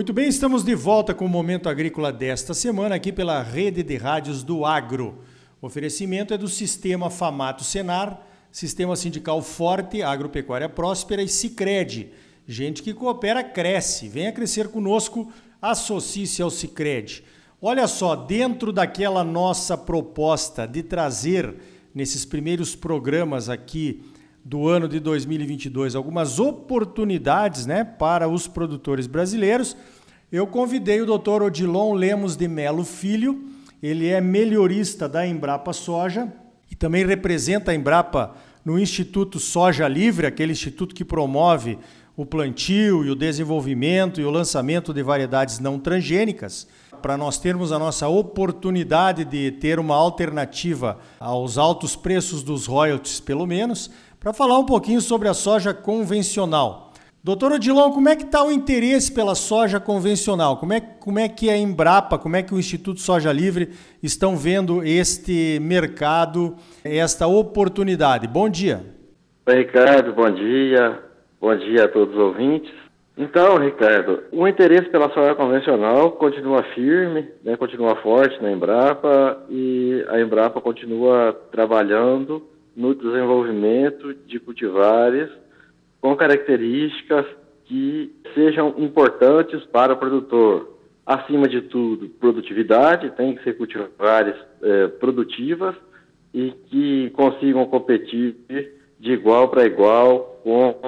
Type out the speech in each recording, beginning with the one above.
Muito bem, estamos de volta com o Momento Agrícola desta semana aqui pela Rede de Rádios do Agro. O oferecimento é do Sistema Famato Senar, Sistema Sindical Forte, Agropecuária Próspera e Sicredi. Gente que coopera, cresce. Venha crescer conosco, associe-se ao Sicredi. Olha só, dentro daquela nossa proposta de trazer, nesses primeiros programas aqui do ano de 2022, algumas oportunidades, para os produtores brasileiros, eu convidei o Dr. Odilon Lemos de Melo Filho. Ele é melhorista da Embrapa Soja e também representa a Embrapa no Instituto Soja Livre, aquele instituto que promove o plantio e o desenvolvimento e o lançamento de variedades não transgênicas, para nós termos a nossa oportunidade de ter uma alternativa aos altos preços dos royalties, pelo menos, para falar um pouquinho sobre a soja convencional. Doutor Odilon, como é que está o interesse pela soja convencional? Como é que a Embrapa, como é que o Instituto Soja Livre estão vendo este mercado, esta oportunidade? Bom dia. Oi, Ricardo, bom dia. Bom dia a todos os ouvintes. Então, Ricardo, o interesse pela soja convencional continua firme, continua forte na Embrapa, e a Embrapa continua trabalhando no desenvolvimento de cultivares com características que sejam importantes para o produtor. Acima de tudo, produtividade, tem que ser cultivares produtivas e que consigam competir de igual para igual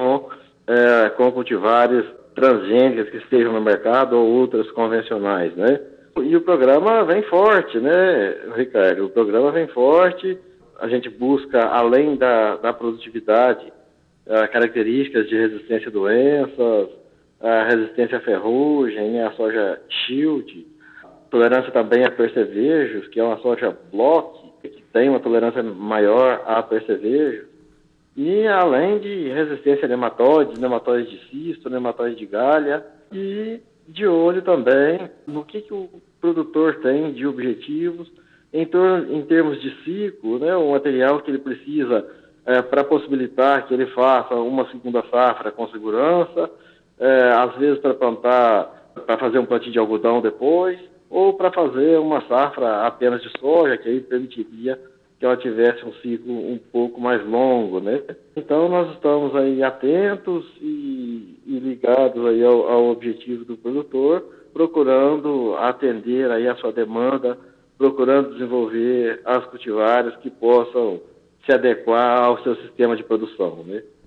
com cultivares transgênicas que estejam no mercado ou outras convencionais, E o programa vem forte, Ricardo? O programa vem forte. A gente busca, além da produtividade, características de resistência a doenças, a resistência à ferrugem, a soja shield, tolerância também a percevejos, que é uma soja block, que tem uma tolerância maior a percevejos, e além de resistência a nematóides de cisto, nematóides de galha, e de olho também no que o produtor tem de objetivos em termos de ciclo, o material que ele precisa para possibilitar que ele faça uma segunda safra com segurança, às vezes para plantar, para fazer um plantio de algodão depois, ou para fazer uma safra apenas de soja, que aí permitiria que ela tivesse um ciclo um pouco mais longo, Então nós estamos aí atentos e ligados aí ao objetivo do produtor, procurando atender aí a sua demanda, procurando desenvolver as cultivares que possam se adequar ao seu sistema de produção,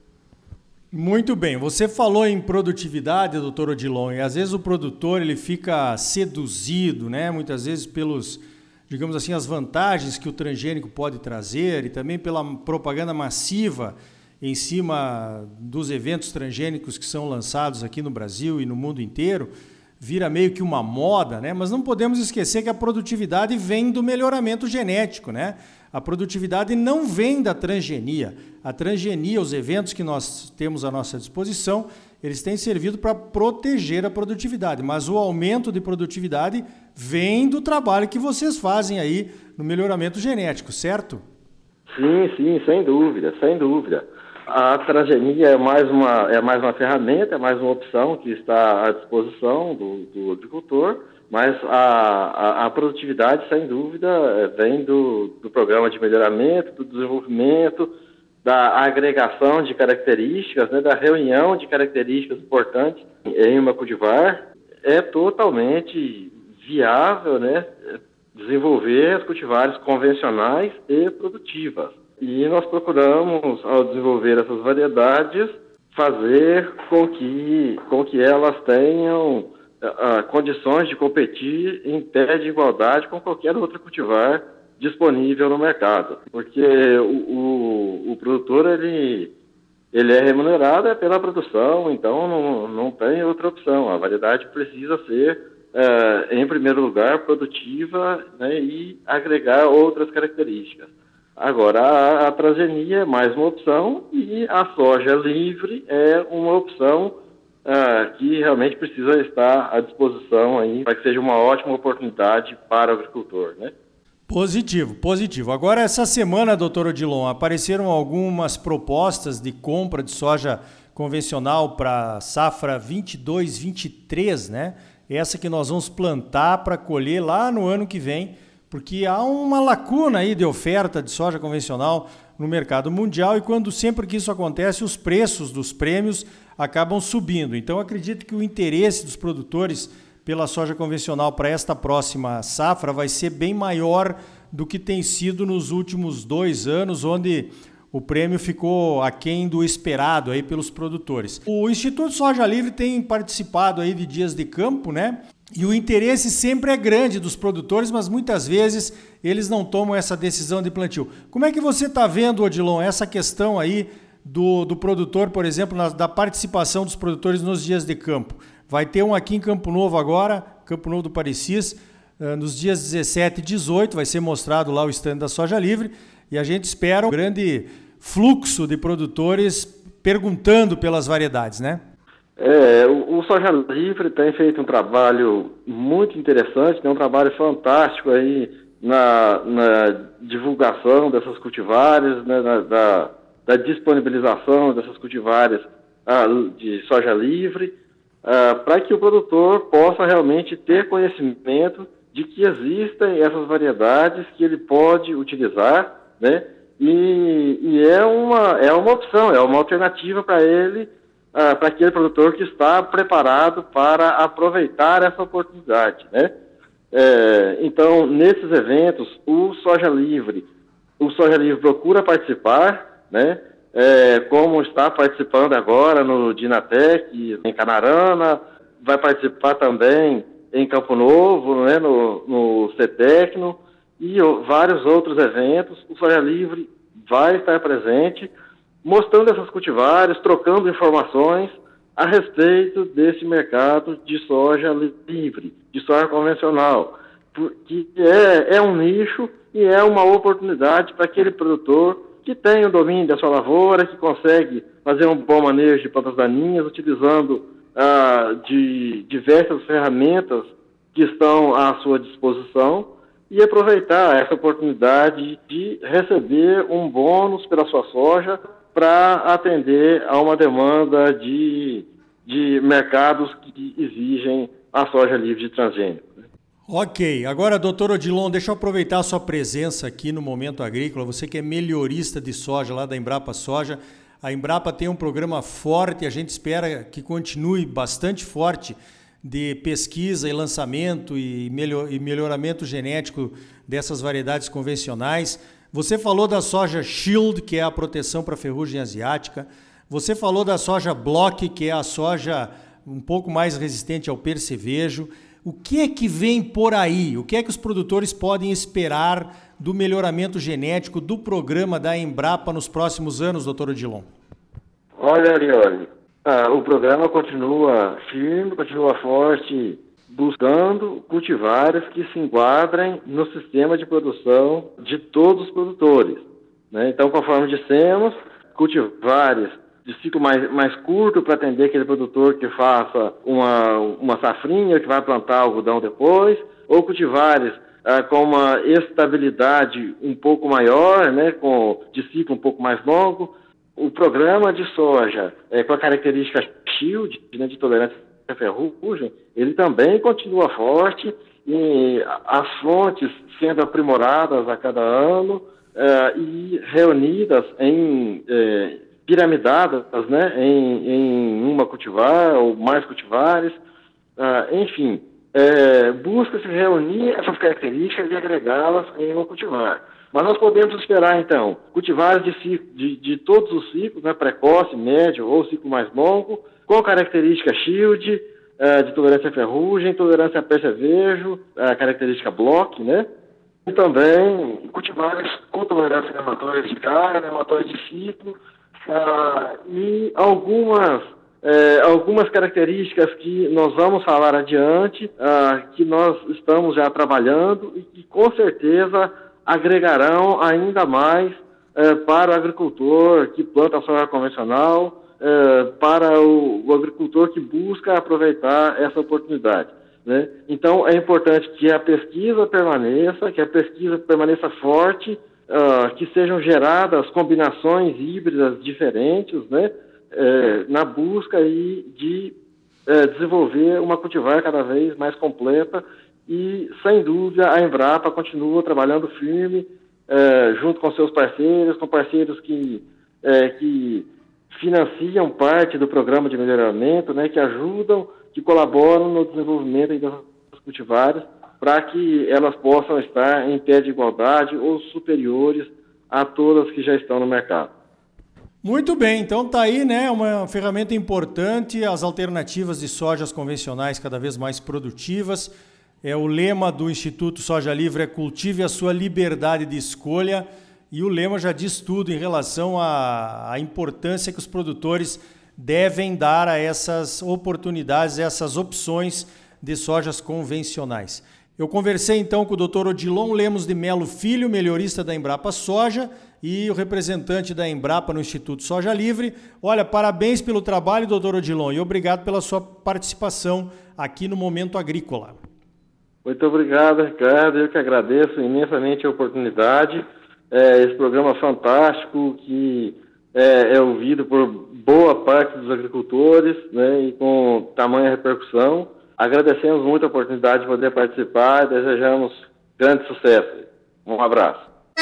Muito bem. Você falou em produtividade, doutor Odilon, e às vezes o produtor ele fica seduzido, muitas vezes pelos, digamos assim, as vantagens que o transgênico pode trazer e também pela propaganda massiva em cima dos eventos transgênicos que são lançados aqui no Brasil e no mundo inteiro. Vira meio que uma moda, mas não podemos esquecer que a produtividade vem do melhoramento genético, A produtividade não vem da transgenia. A transgenia, os eventos que nós temos à nossa disposição, eles têm servido para proteger a produtividade, mas o aumento de produtividade vem do trabalho que vocês fazem aí no melhoramento genético, certo? Sim, sem dúvida. A transgenia é mais uma ferramenta, é mais uma opção que está à disposição do agricultor, mas a produtividade, sem dúvida, vem do programa de melhoramento, do desenvolvimento, da agregação de características, da reunião de características importantes em uma cultivar. É totalmente viável, desenvolver as cultivares convencionais e produtivas. E nós procuramos, ao desenvolver essas variedades, fazer com que elas tenham condições de competir em pé de igualdade com qualquer outra cultivar disponível no mercado. Porque o produtor ele é remunerado pela produção, então não tem outra opção. A variedade precisa ser, em primeiro lugar, produtiva, e agregar outras características. Agora, a transgenia é mais uma opção e a soja livre é uma opção que realmente precisa estar à disposição aí para que seja uma ótima oportunidade para o agricultor, Positivo. Agora, essa semana, doutor Odilon, apareceram algumas propostas de compra de soja convencional para safra 22-23, essa que nós vamos plantar para colher lá no ano que vem, porque há uma lacuna aí de oferta de soja convencional no mercado mundial e sempre que isso acontece, os preços dos prêmios acabam subindo. Então, acredito que o interesse dos produtores pela soja convencional para esta próxima safra vai ser bem maior do que tem sido nos últimos 2 anos, onde o prêmio ficou aquém do esperado aí pelos produtores. O Instituto Soja Livre tem participado aí de dias de campo, né? E o interesse sempre é grande dos produtores, mas muitas vezes eles não tomam essa decisão de plantio. Como é que você está vendo, Odilon, essa questão aí do produtor, por exemplo, da participação dos produtores nos dias de campo? Vai ter um aqui em Campo Novo agora, Campo Novo do Parecis, nos dias 17 e 18, vai ser mostrado lá o stand da Soja Livre, e a gente espera um grande fluxo de produtores perguntando pelas variedades, né? O Soja Livre tem feito um trabalho muito interessante, um trabalho fantástico aí na divulgação dessas cultivares, né, da disponibilização dessas cultivares de soja livre, para que o produtor possa realmente ter conhecimento de que existem essas variedades que ele pode utilizar, né? E é uma opção, é uma alternativa para ele, para aquele produtor que está preparado para aproveitar essa oportunidade, né? Então, nesses eventos, o Soja Livre procura participar, né? Como está participando agora no Dinatec, em Canarana, vai participar também em Campo Novo, né? No CETECNO e vários outros eventos. O Soja Livre vai estar presente, mostrando essas cultivares, trocando informações a respeito desse mercado de soja livre, de soja convencional, que é um nicho e é uma oportunidade para aquele produtor que tem o domínio da sua lavoura, que consegue fazer um bom manejo de plantas daninhas, utilizando de diversas ferramentas que estão à sua disposição, e aproveitar essa oportunidade de receber um bônus pela sua soja para atender a uma demanda de mercados que exigem a soja livre de transgênico. Ok, agora, doutor Odilon, deixa eu aproveitar a sua presença aqui no Momento Agrícola, você que é melhorista de soja lá da Embrapa Soja. A Embrapa tem um programa forte, a gente espera que continue bastante forte, de pesquisa e lançamento e melhoramento genético dessas variedades convencionais. Você falou da soja Shield, que é a proteção para a ferrugem asiática. Você falou da soja Block, que é a soja um pouco mais resistente ao percevejo. O que é que vem por aí? O que é que os produtores podem esperar do melhoramento genético do programa da Embrapa nos próximos anos, doutor Odilon? Olha, Arioli, o programa continua firme, continua forte, buscando cultivares que se enquadrem no sistema de produção de todos os produtores, né? Então, conforme dissemos, cultivares de ciclo mais curto para atender aquele produtor que faça uma safrinha, que vai plantar algodão depois, ou cultivares com uma estabilidade um pouco maior, né, de ciclo um pouco mais longo. O programa de soja com a característica Shield, né, de tolerância à ferrugem, ele também continua forte, e as fontes sendo aprimoradas a cada ano e reunidas piramidadas, né, em uma cultivar ou mais cultivares, enfim, busca-se reunir essas características e agregá-las em uma cultivar. Mas nós podemos esperar, então, cultivares de todos os ciclos, né, precoce, médio ou ciclo mais longo, com característica Shield, de tolerância à ferrugem, tolerância a percevejo, característica Block, né? E também cultivares com tolerância a nematóides de carga, nematóides de ciclo, e algumas características que nós vamos falar adiante, que nós estamos já trabalhando e que com certeza agregarão ainda mais para o agricultor que planta a soja convencional, para o agricultor que busca aproveitar essa oportunidade, né? Então é importante que a pesquisa permaneça forte, que sejam geradas combinações híbridas diferentes, né? Na busca aí de desenvolver uma cultivar cada vez mais completa e, sem dúvida, a Embrapa continua trabalhando firme junto com seus parceiros, com parceiros que financiam parte do programa de melhoramento, né, que ajudam, que colaboram no desenvolvimento das cultivares, para que elas possam estar em pé de igualdade ou superiores a todas que já estão no mercado. Muito bem, então tá aí, né, uma ferramenta importante, as alternativas de sojas convencionais cada vez mais produtivas. O lema do Instituto Soja Livre é cultive a sua liberdade de escolha, e o lema já diz tudo em relação à importância que os produtores devem dar a essas oportunidades, essas opções de sojas convencionais. Eu conversei então com o Dr. Odilon Lemos de Melo Filho, melhorista da Embrapa Soja e o representante da Embrapa no Instituto Soja Livre. Olha, parabéns pelo trabalho, Dr. Odilon, e obrigado pela sua participação aqui no Momento Agrícola. Muito obrigado, Ricardo. Eu que agradeço imensamente a oportunidade. Esse programa fantástico que é ouvido por boa parte dos agricultores, né, e com tamanha repercussão. Agradecemos muito a oportunidade de poder participar e desejamos grande sucesso. Um abraço.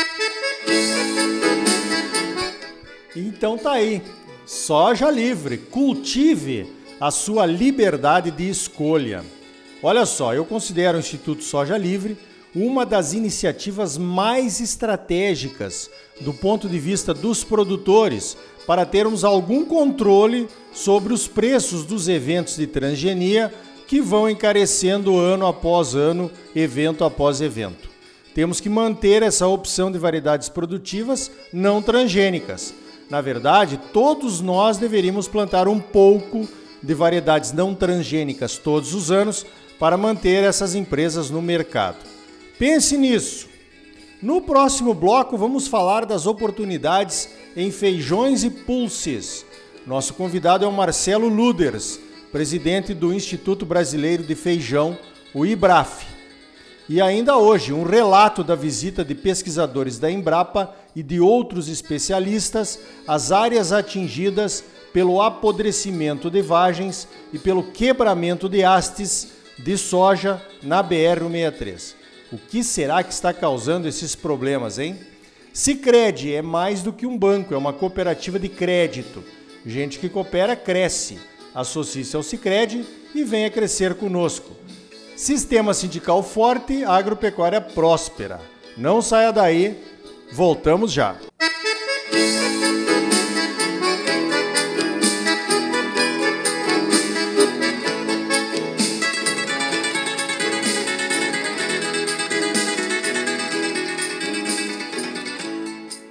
Então tá aí, Soja Livre, cultive a sua liberdade de escolha. Olha só, eu considero o Instituto Soja Livre uma das iniciativas mais estratégicas do ponto de vista dos produtores para termos algum controle sobre os preços dos eventos de transgenia que vão encarecendo ano após ano, evento após evento. Temos que manter essa opção de variedades produtivas não transgênicas. Na verdade, todos nós deveríamos plantar um pouco de variedades não transgênicas todos os anos para manter essas empresas no mercado. Pense nisso. No próximo bloco, vamos falar das oportunidades em feijões e pulses. Nosso convidado é o Marcelo Luders, presidente do Instituto Brasileiro de Feijão, o IBRAF. E ainda hoje, um relato da visita de pesquisadores da Embrapa e de outros especialistas às áreas atingidas pelo apodrecimento de vagens e pelo quebramento de hastes de soja na BR-163. O que será que está causando esses problemas, hein? Sicredi é mais do que um banco, é uma cooperativa de crédito. Gente que coopera, cresce. Associe-se ao Sicredi e venha crescer conosco. Sistema sindical forte, agropecuária próspera. Não saia daí, voltamos já.